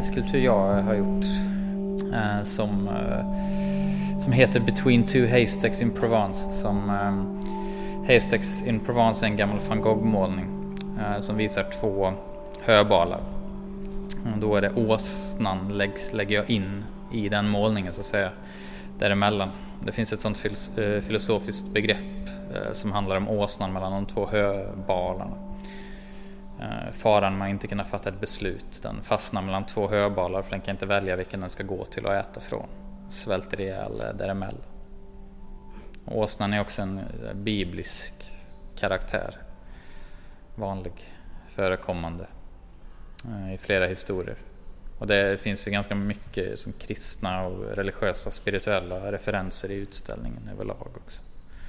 skulptur jag har gjort som heter Between Two Haystacks in Provence. Haystacks in Provence är en gammal van Gogh-målning som visar 2 höbalar. Och då är det åsnan lägger jag in i den målningen så att säga, däremellan. Det finns ett sånt filosofiskt begrepp som handlar om åsnan mellan de 2 höbalarna. Faran med att inte kunna fatta ett beslut. Den fastnar mellan 2 höbalar för den kan inte välja vilken den ska gå till och äta från. Svälter ihjäl däremellan. Åsnan är också en biblisk karaktär. Vanlig, förekommande i flera historier. Och det finns ju ganska mycket som kristna och religiösa, spirituella referenser i utställningen överlag också.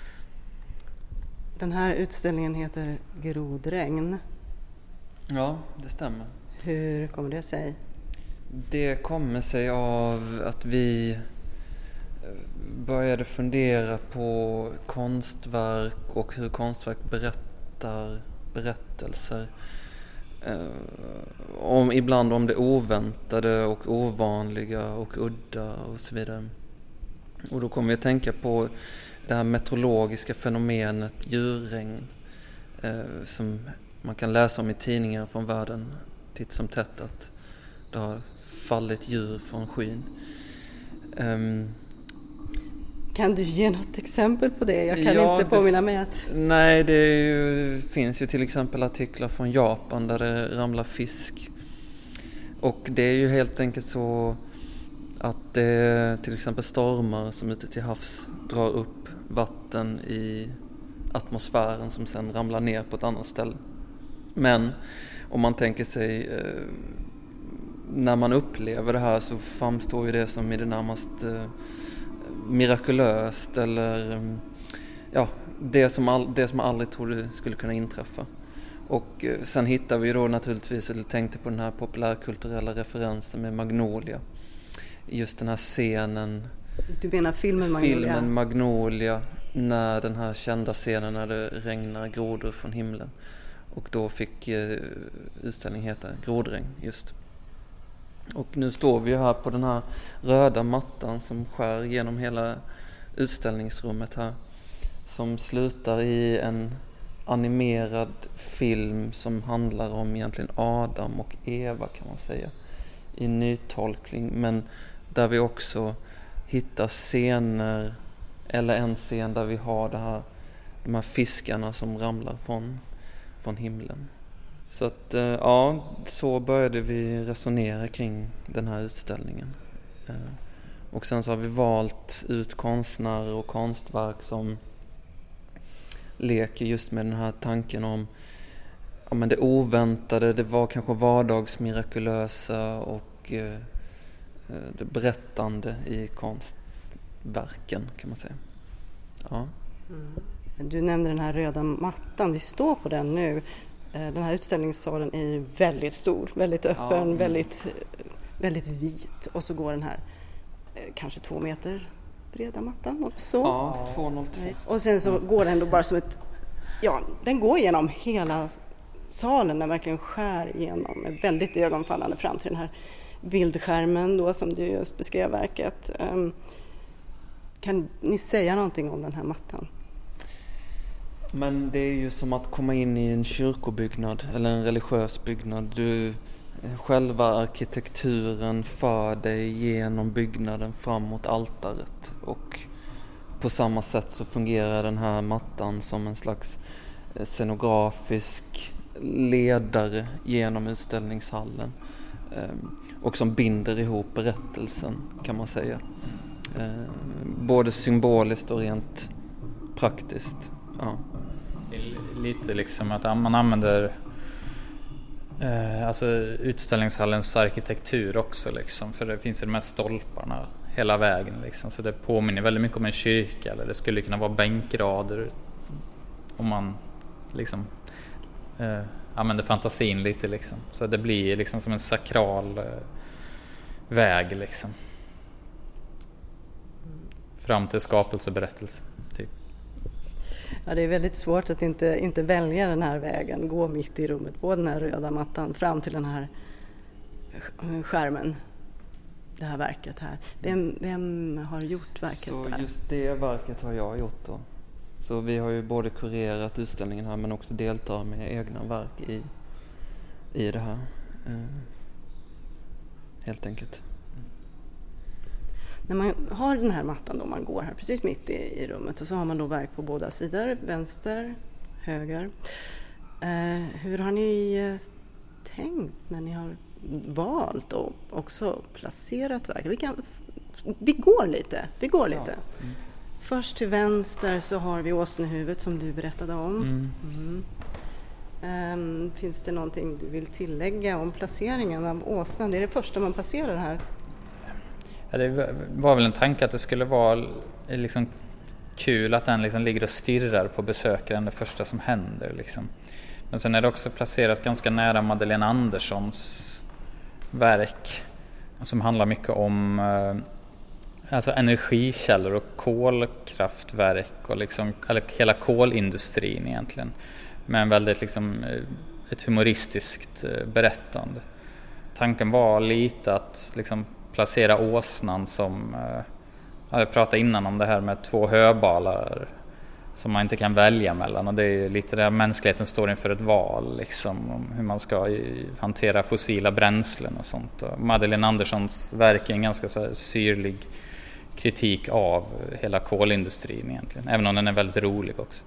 Den här utställningen heter Grodregn. Ja, det stämmer. Hur kommer det sig? Det kommer sig av att vi började fundera på konstverk och hur konstverk berättar berättelser. Ibland om det oväntade och ovanliga och udda och så vidare. Och då kommer vi att tänka på det här meteorologiska fenomenet djurregn som man kan läsa om i tidningar från världen titt som tätt, att det har fallit djur från skyn. Kan du ge något exempel på det? Jag kan inte påminna mig att... Nej, finns ju till exempel artiklar från Japan där det ramlar fisk. Och det är ju helt enkelt så att det till exempel stormar som ute till havs drar upp vatten i atmosfären som sen ramlar ner på ett annat ställe. Men om man tänker sig när man upplever det här så framstår ju det som i det närmaste mirakulöst eller det som man aldrig trodde skulle kunna inträffa. Och sen hittar vi då naturligtvis, eller tänkte på den här populärkulturella referensen med Magnolia. Just den här scenen. Du menar filmen Magnolia? Filmen Magnolia, när den här kända scenen när det regnar grodor från himlen. Och då fick utställningen heta Grodregn just. Och nu står vi här på den här röda mattan som skär genom hela utställningsrummet här. Som slutar i en animerad film som handlar om egentligen Adam och Eva kan man säga. I nytolkning, men där vi också hittar scener, eller en scen där vi har de här fiskarna som ramlar från himlen. Så att så började vi resonera kring den här utställningen. Och sen så har vi valt ut konstnärer och konstverk som leker just med den här tanken om men det oväntade, det var kanske vardagsmirakulösa och det berättande i konstverken kan man säga. Ja. Mm. Du nämnde den här röda mattan, vi står på den nu. Den här utställningssalen är ju väldigt stor, väldigt öppen, väldigt, väldigt vit. Och så går den här kanske 2 meter breda mattan och så. Ja, 2,02. Och sen så går den då bara som den går igenom hela salen, den verkligen skär igenom, är väldigt ögonfallande fram till den här bildskärmen då som du just beskrev verket. Kan ni säga någonting om den här mattan? Men det är ju som att komma in i en kyrkobyggnad eller en religiös byggnad. Själva arkitekturen för dig genom byggnaden fram mot altaret. Och på samma sätt så fungerar den här mattan som en slags scenografisk ledare genom utställningshallen. Och som binder ihop berättelsen kan man säga. Både symboliskt och rent praktiskt. Ja. Lite liksom att man använder alltså utställningshallens arkitektur också liksom, för det finns ju de här stolparna hela vägen liksom, så det påminner väldigt mycket om en kyrka, eller det skulle kunna vara bänkrader om man liksom använder fantasin lite liksom, så det blir liksom som en sakral väg liksom fram till skapelseberättelsen typ. Ja, det är väldigt svårt att inte välja den här vägen, gå mitt i rummet på den här röda mattan fram till den här skärmen, det här verket här. Vem har gjort verket så där? Just det verket har jag gjort då. Så vi har ju både kurerat utställningen här men också deltar med egna verk i det här. Helt enkelt. När man har den här mattan då, man går här precis mitt i rummet och så har man då verk på båda sidor, vänster, höger. Hur har ni tänkt när ni har valt och också placerat verk? Vi går lite. Ja. Först till vänster så har vi åsnehuvudet som du berättade om. Finns det någonting du vill tillägga om placeringen av åsnan? Det är det första man passerar här. Ja, det var väl en tanke att det skulle vara liksom kul att den liksom ligger och stirrar på besökaren, det första som händer. Liksom. Men sen är det också placerat ganska nära Madeleine Anderssons verk som handlar mycket om alltså energikällor och kolkraftverk och liksom, eller hela kolindustrin egentligen. Men väldigt liksom ett humoristiskt berättande. Tanken var lite att liksom placera åsnan som, jag pratade innan om det här med 2 höbalar som man inte kan välja mellan, och det är lite där mänskligheten står inför ett val liksom, om hur man ska hantera fossila bränslen och sånt. Och Madeleine Anderssons verk är en ganska så här syrlig kritik av hela kolindustrin egentligen, även om den är väldigt rolig också.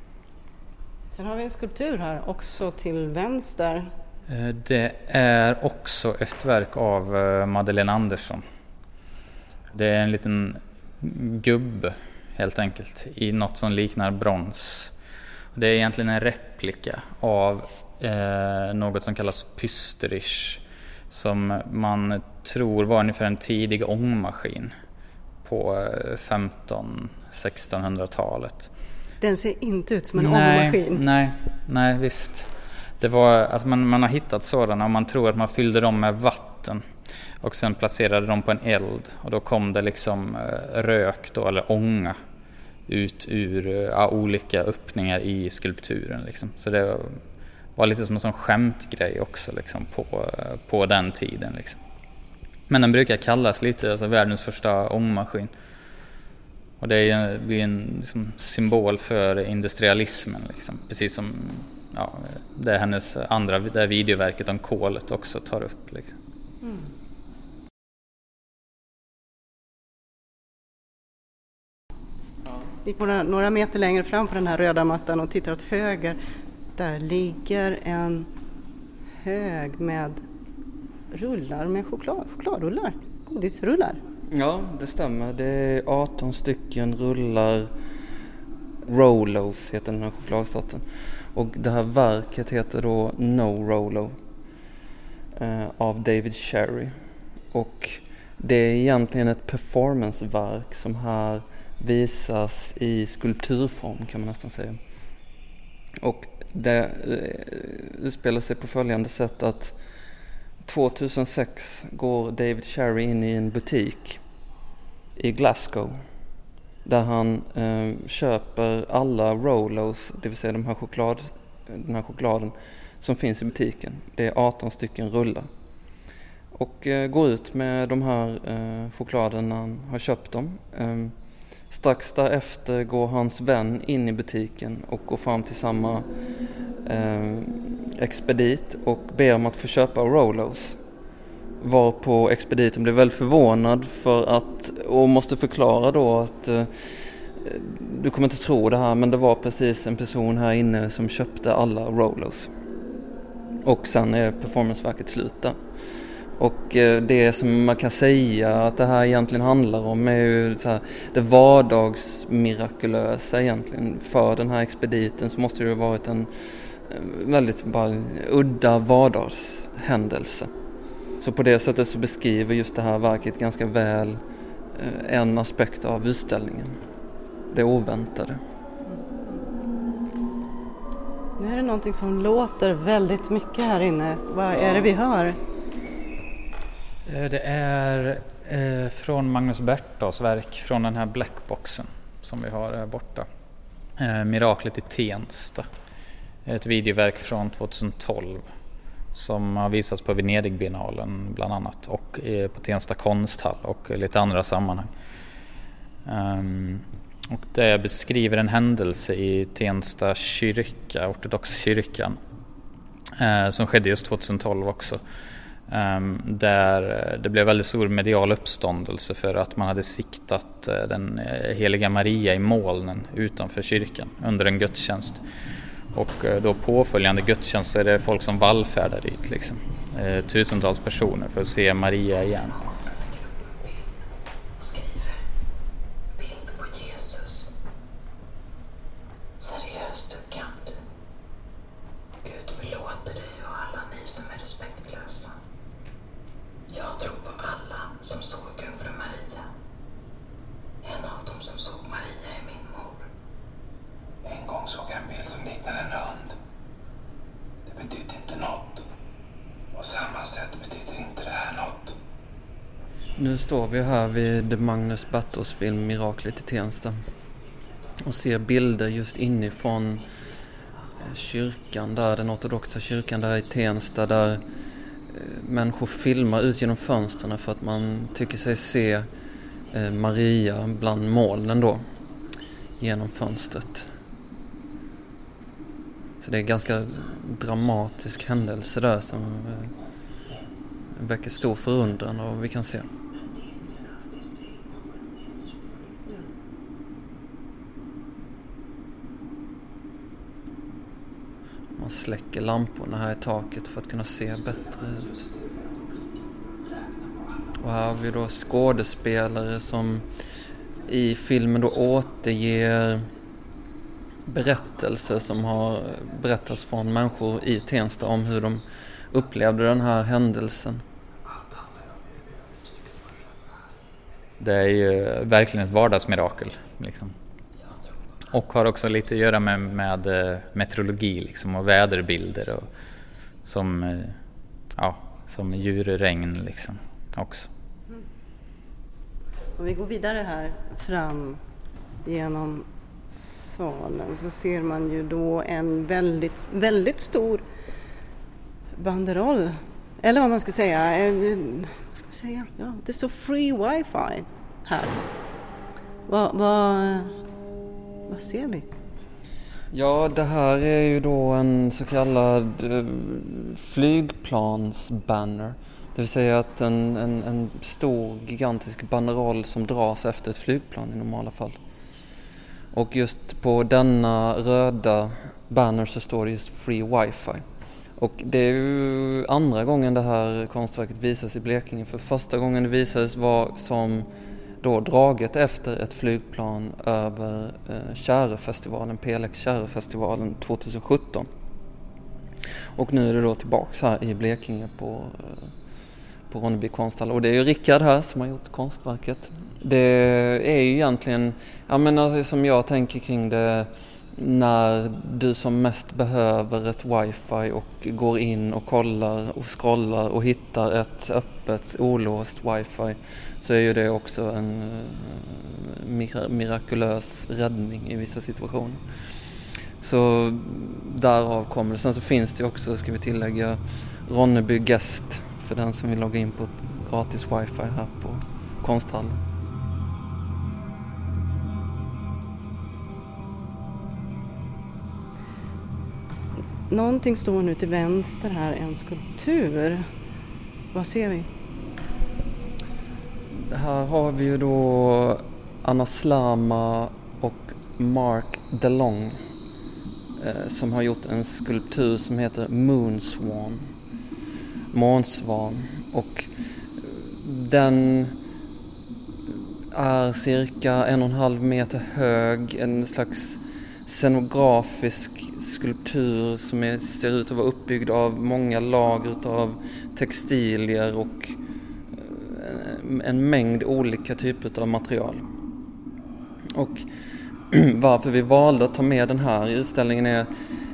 Sen har vi en skulptur här också till vänster. Det är också ett verk av Madeleine Andersson. Det är en liten gubbe helt enkelt i något som liknar brons. Det är egentligen en replika av något som kallas Püsterich, som man tror var ungefär en tidig ångmaskin på 1500-1600-talet. Den ser inte ut som en ångmaskin. Nej, visst. Det var, alltså man har hittat sådana och man tror att man fyllde dem med vatten och sen placerade dem på en eld och då kom det liksom rök då, eller ånga ut ur olika öppningar i skulpturen liksom. Så det var lite som en sån skämtgrej också liksom på den tiden liksom. Men den brukar kallas lite alltså världens första ångmaskin. Och det blir en liksom symbol för industrialismen liksom. Precis som det är hennes andra, det videoverket om kolet också tar upp liksom. Gick några meter längre fram på den här röda mattan och tittar åt höger. Där ligger en hög med rullar med chokladrullar, godisrullar. Ja, det stämmer. Det är 18 stycken rullar. Rolos heter den här chokladsorten. Och det här verket heter då No Rolo av David Sherry. Och det är egentligen ett performanceverk som här visas i skulpturform kan man nästan säga. Och det utspelar sig på följande sätt att 2006 går David Sherry in i en butik i Glasgow där han köper alla Rolos, det vill säga den här chokladen som finns i butiken. Det är 18 stycken rullar. Och går ut med de här chokladen när han har köpt dem. Strax därefter går hans vän in i butiken och går fram till samma expedit och ber om att få köpa Rolos. Varpå expediten blev väldigt förvånad och måste förklara då att du kommer inte tro det här, men det var precis en person här inne som köpte alla Rolos. Och sen är performanceverket slut där. Och det som man kan säga att det här egentligen handlar om är ju så här, det vardagsmirakulösa egentligen. För den här expediten så måste det ju ha varit en väldigt bara udda vardagshändelse. Så på det sättet så beskriver just det här verket ganska väl en aspekt av utställningen. Det oväntade. Nu är det någonting som låter väldigt mycket här inne. Vad är det vi hör? Det är från Magnus Bertas verk, från den här blackboxen som vi har här borta. Miraklet i Tensta. Ett videoverk från 2012 som har visats på Venedigbiennalen bland annat och på Tensta konsthall och lite andra sammanhang. Och det beskriver en händelse i Tensta kyrka, ortodoxkyrkan, som skedde just 2012 också. Där det blev väldigt stor medial uppståndelse för att man hade siktat den heliga Maria i molnen utanför kyrkan under en gudstjänst. Och då påföljande gudstjänst så är det folk som vallfärdar dit liksom. Tusentals personer för att se Maria igen. Nu står vi här vid Magnus Battås film Miraklet i Tensta och ser bilder just inifrån kyrkan där, den ortodoxa kyrkan där i Tensta, där människor filmar ut genom fönstren för att man tycker sig se Maria bland molnen då genom fönstret. Så det är en ganska dramatisk händelse där som väcker stor förundran och vi kan se. Man släcker lamporna här i taket för att kunna se bättre ut. Och här har vi då skådespelare som i filmen då återger berättelser som har berättats från människor i Tensta om hur de upplevde den här händelsen. Det är ju verkligen ett vardagsmirakel liksom. Och har också lite att göra med meteorologi liksom, och väderbilder och som djurregn liksom också. Och vi går vidare här fram genom salen så ser man ju då en väldigt, väldigt stor banderoll. Eller vad man ska säga. Ja, det står free wifi här. Vad ser vi? Ja, det här är ju då en så kallad flygplansbanner. Det vill säga att en stor gigantisk banderoll som dras efter ett flygplan i normala fall. Och just på denna röda banner så står det just free wifi. Och det är ju andra gången det här konstverket visas i Blekinge. För första gången det visades var som då draget efter ett flygplan över Kärrefestivalen, PLX Kärrefestivalen 2017. Och nu är det då tillbaks här i Blekinge på Ronneby konsthall. Och det är ju Rickard här som har gjort konstverket. Det är ju egentligen, som jag tänker kring det, när du som mest behöver ett wifi och går in och kollar och scrollar och hittar ett öppet, olåst wifi, så är ju det också en mirakulös räddning i vissa situationer. Så därav kommer det. Sen så finns det också, ska vi tillägga, Ronneby Guest för den som vill logga in på ett gratis wifi här på konsthallen. Någonting står nu till vänster här, en skulptur. Vad ser vi? Här har vi ju då Anna Slama och Mark DeLong som har gjort en skulptur som heter Moonswan. Månsvan. Och den är cirka 1,5 meter hög, en slags scenografisk skulptur som ser ut att vara uppbyggd av många lager av textilier och en mängd olika typer av material. Och varför vi valde att ta med den här i utställningen är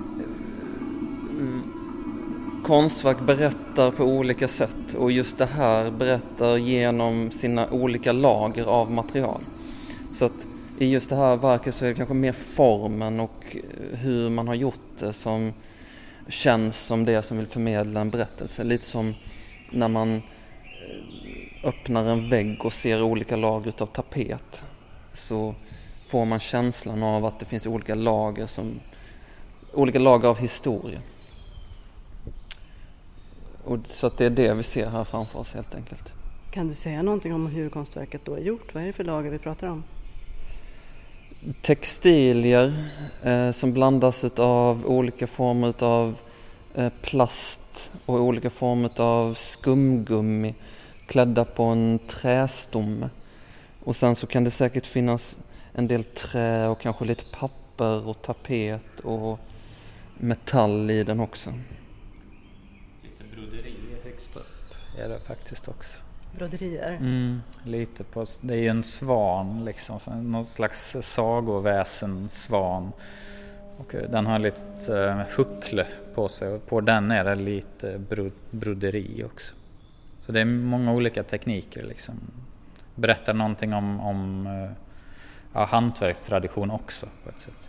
konstverk berättar på olika sätt, och just det här berättar genom sina olika lager av material. Så att i just det här verket så är det kanske mer formen och hur man har gjort det som känns som det som vill förmedla en berättelse. Lite som när man öppnar en vägg och ser olika lager av tapet, så får man känslan av att det finns olika lager av historia. Och så att det är det vi ser här framför oss helt enkelt. Kan du säga någonting om hur konstverket då är gjort? Vad är det för lager vi pratar om? Textilier som blandas av olika former av plast och olika former av skumgummi klädda på en trästomme. Och sen så kan det säkert finnas en del trä och kanske lite papper och tapet och metall i den också. Lite broderier högst upp är det faktiskt också. Broderier? Lite på, det är ju en svan liksom, någon slags sagoväsen svan. Och den har lite huckle på sig och på den är det lite broderi också. Så det är många olika tekniker liksom. Berättar någonting om hantverkstradition också på ett sätt.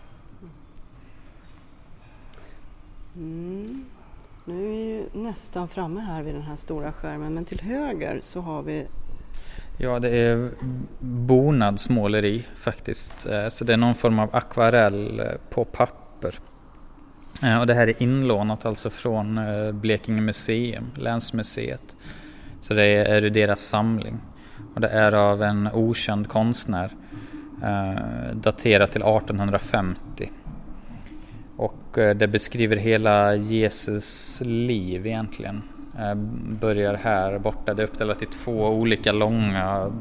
Nu är vi ju nästan framme här vid den här stora skärmen, men till höger så har vi... Ja, det är bonadsmåleri faktiskt. Så det är någon form av akvarell på papper. Och det här är inlånat alltså från Blekinge museum, länsmuseet. Så det är deras samling. Och det är av en okänd konstnär, daterat till 1850. Och det beskriver hela Jesus liv egentligen. Börjar här borta, det är uppdelat i 2 olika långa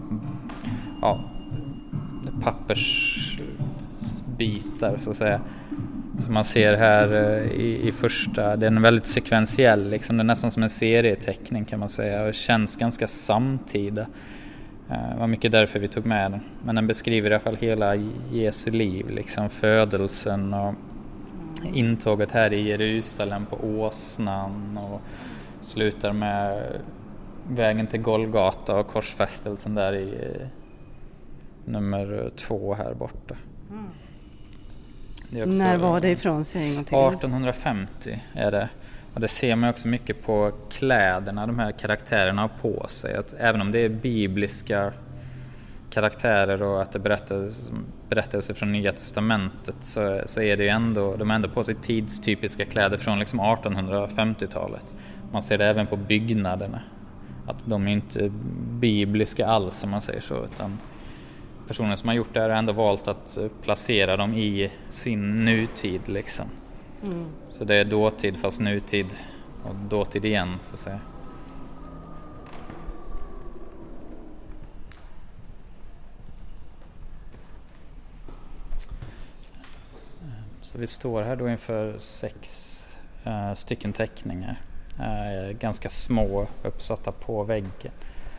pappersbitar så att säga. Så man ser här i första, den är väldigt sekventiell liksom, det är nästan som en serieteckning kan man säga och känns ganska samtida. Det var mycket därför vi tog med den. Men den beskriver i alla fall hela Jesu liv, liksom födelsen och intåget här i Jerusalem på åsnan och slutar med vägen till Golgata och korsfästelsen där i nummer 2 här borta. Det är också, när var det ifrån? Säg en gång till. 1850 är det. Och det ser man också mycket på kläderna de här karaktärerna har på sig. Att även om det är bibliska karaktärer och att det berättelser från Nya testamentet så är det ju ändå, de har ändå på sig tidstypiska kläder från liksom 1850-talet. Man ser det även på byggnaderna. Att de är inte bibliska alls som man säger så, utan personer som har gjort det har ändå valt att placera dem i sin nutid liksom. Så det är dåtid fast nutid och dåtid igen så att säga. Så vi står här då inför 6 stycken teckningar. Ganska små uppsatta på väggen.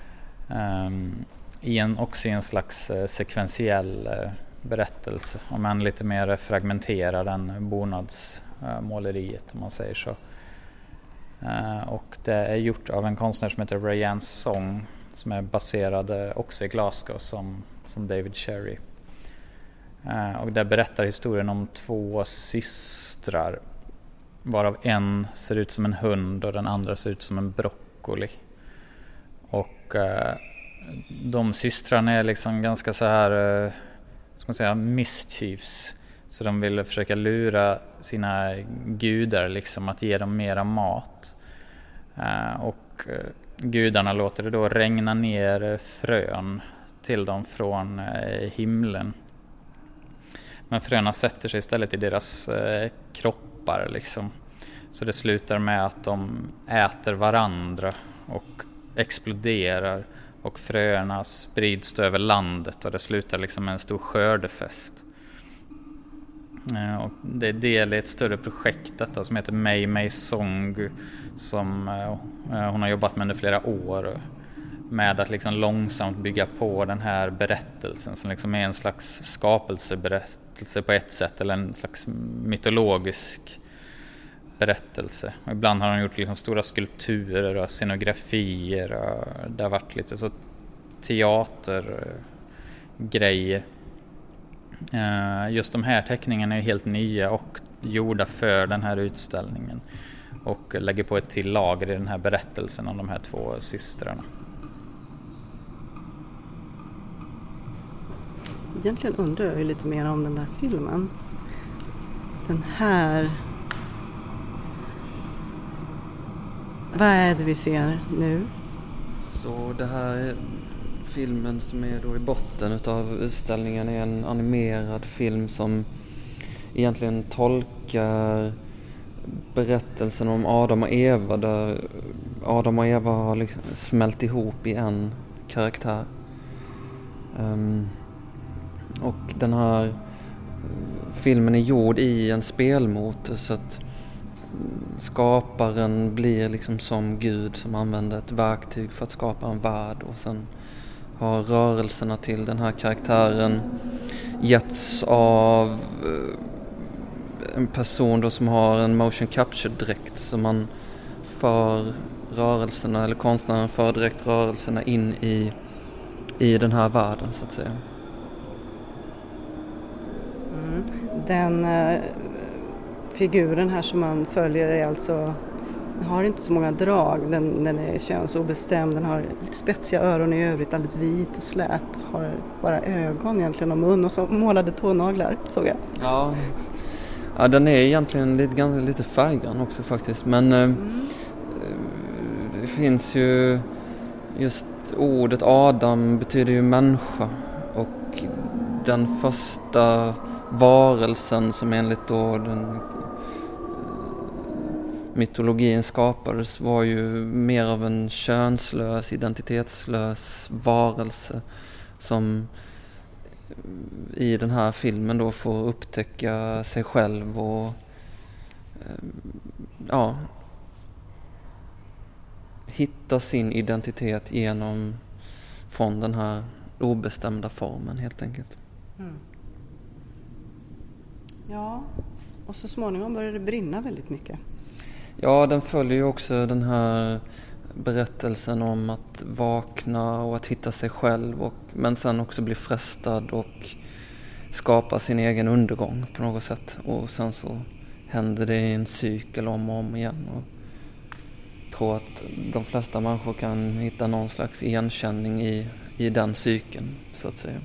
Också i en slags sekventiell berättelse, om än lite mer fragmenterad än bonadsmåleriet om man säger så. Och det är gjort av en konstnär som heter Rayanne Song som är baserad också i Glasgow som David Cherry. Och där berättar historien om 2 systrar varav en ser ut som en hund och den andra ser ut som en broccoli. Och de systrarna är liksom ganska så här, ska man säga, mischiefs. Så de vill försöka lura sina gudar liksom att ge dem mera mat. Och gudarna låter det då regna ner frön till dem från himlen. Men fröna sätter sig istället i deras kroppar liksom. Så det slutar med att de äter varandra och exploderar. Och fröna sprids över landet och det slutar liksom med en stor skördefest. Och det är del i ett större projekt detta som heter May Song som hon har jobbat med under flera år med att liksom långsamt bygga på den här berättelsen som liksom är en slags skapelseberättelse på ett sätt eller en slags mytologisk berättelse. Och ibland har de gjort liksom stora skulpturer och scenografier och det har varit lite så teatergrejer. Just de här teckningarna är helt nya och gjorda för den här utställningen och lägger på ett till lager i den här berättelsen om de här två systrarna. Egentligen undrar jag ju lite mer om den där filmen. Den här... Vad är det vi ser nu? Så det här är filmen som är då i botten utav utställningen är en animerad film som egentligen tolkar berättelsen om Adam och Eva, där Adam och Eva har liksom smält ihop i en karaktär. Och den här filmen är gjord i en spelmotor, så att skaparen blir liksom som Gud som använder ett verktyg för att skapa en värld, och sen har rörelserna till den här karaktären getts av en person då som har en motion capture-dräkt, så man för rörelserna, eller konstnären för direkt rörelserna in i den här världen, så att säga. Den figuren här som man följer är alltså, har inte så många drag, den är könsobestämd, den har lite spetsiga öron i övrigt, alldeles vit och slät, har bara ögon egentligen och mun och så målade tånaglar, såg jag. Ja, den är egentligen lite färggrann också faktiskt, men det finns ju just ordet Adam betyder ju människa, och den första varelsen som enligt då den mytologin skapades var ju mer av en könslös, identitetslös varelse som i den här filmen då får upptäcka sig själv och hitta sin identitet från den här obestämda formen helt enkelt. Ja, och så småningom börjar det brinna väldigt mycket. Ja, den följer ju också den här berättelsen om att vakna och att hitta sig själv, men sen också bli frestad och skapa sin egen undergång på något sätt. Och sen så händer det i en cykel om och om igen. Och jag tror att de flesta människor kan hitta någon slags igenkänning i den cykeln, så att säga.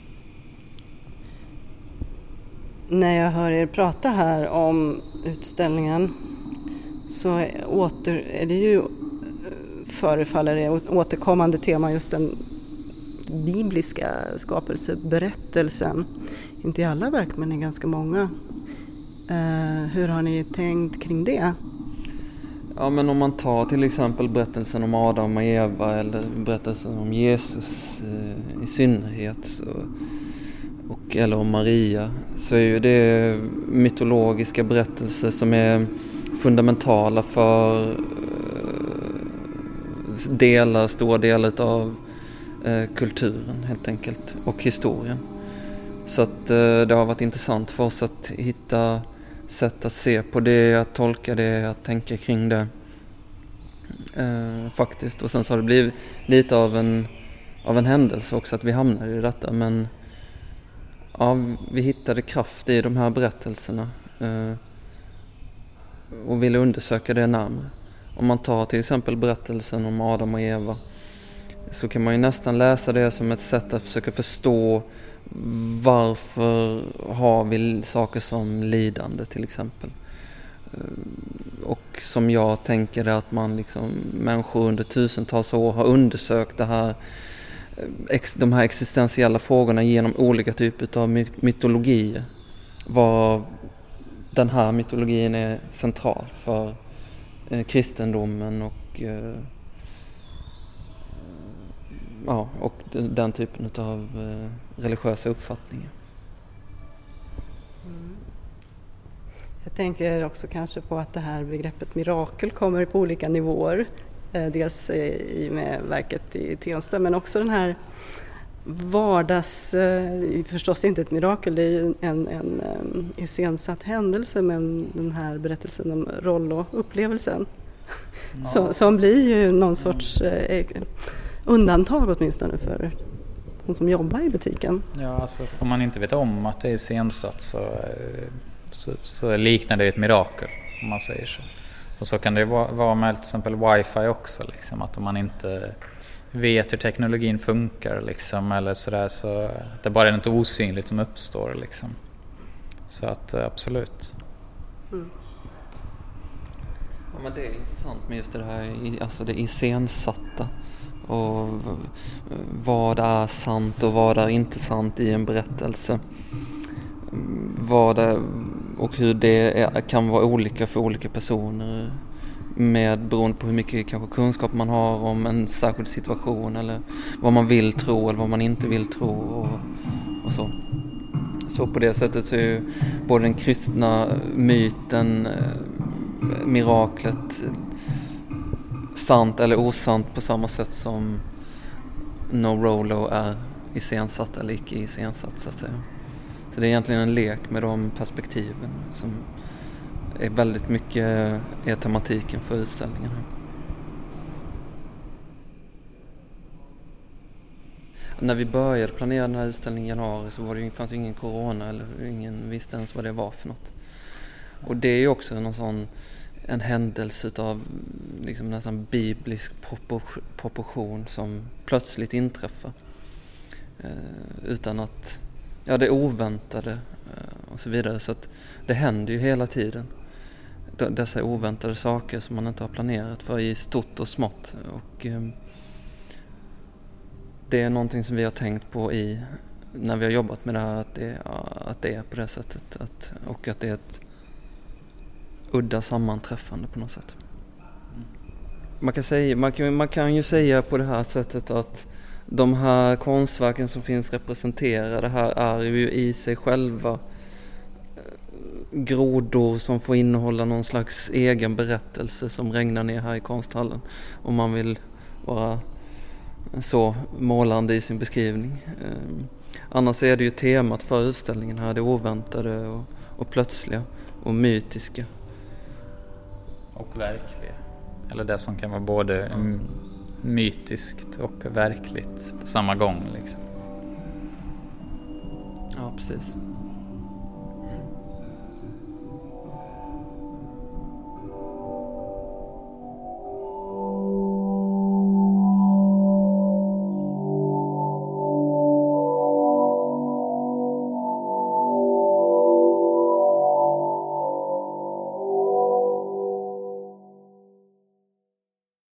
När jag hör er prata här om utställningen så är det ju, förefaller det återkommande tema, just den bibliska skapelseberättelsen. Inte i alla verk, men i ganska många. Hur har ni tänkt kring det? Ja, men om man tar till exempel berättelsen om Adam och Eva eller berättelsen om Jesus i synnerhet eller om Maria, så är ju det mytologiska berättelser som är fundamentala för stora delar av kulturen helt enkelt och historien. Så att det har varit intressant för oss att hitta sätt att se på det, att tolka det, att tänka kring det faktiskt. Och sen så har det blivit lite av en händelse också att vi hamnade i detta, men ja, vi hittade kraft i de här berättelserna och ville undersöka det närmare. Om man tar till exempel berättelsen om Adam och Eva, så kan man ju nästan läsa det som ett sätt att försöka förstå varför har vi saker som lidande till exempel. Och som jag tänker är att människor under tusentals år har undersökt de här existentiella frågorna genom olika typer av mytologier. Var den här mytologin är central för kristendomen och den typen av religiösa uppfattningar. Jag tänker också kanske på att det här begreppet mirakel kommer på olika nivåer. Dels i med verket i Tensta, men också den här förstås inte ett mirakel, det är ju en iscensatt händelse, men den här berättelsen om Rollo-upplevelsen som blir ju någon sorts undantag åtminstone för de som jobbar i butiken. Ja, alltså om man inte vet om att det är iscensatt så så liknar det ett mirakel, om man säger så. Och så kan det vara med till exempel wifi också, liksom, att om man inte vet hur teknologin funkar liksom, eller sådär, så det bara är något osynligt som uppstår liksom. Så att absolut. Ja, men det är intressant med just det här, alltså det iscensatta och vad är sant och vad är inte sant i en berättelse. Och hur det kan vara olika för olika personer beroende på hur mycket kanske kunskap man har om en särskild situation eller vad man vill tro eller vad man inte vill tro och så. Så på det sättet så är ju både den kristna myten, miraklet sant eller osant på samma sätt som No Rollo är iscensatt eller icke iscensatt, så att säga. Så det är egentligen en lek med de perspektiven som är väldigt mycket är tematiken för utställningen här. När vi började planera den här utställningen i januari så fanns det ingen corona eller ingen visste ens vad det var för något. Och det är ju också en händelse av liksom nästan biblisk proportion som plötsligt inträffar. Utan att, det oväntade och så vidare. Så att det händer ju hela tiden. Dessa oväntade saker som man inte har planerat för i stort och smått. Och det är någonting som vi har tänkt på när vi har jobbat med det här, att det är på det sättet. Och att det är ett udda sammanträffande på något sätt. Man kan ju säga på det här sättet att de här konstverken som finns representerade här är ju i sig själva grodor som får innehålla någon slags egen berättelse som regnar ner här i konsthallen. Om man vill vara så målande i sin beskrivning. Annars är det ju temat för utställningen här, det oväntade och plötsliga och mytiska. Och verkliga. Eller det som kan vara både mytiskt och verkligt på samma gång liksom. Ja, precis.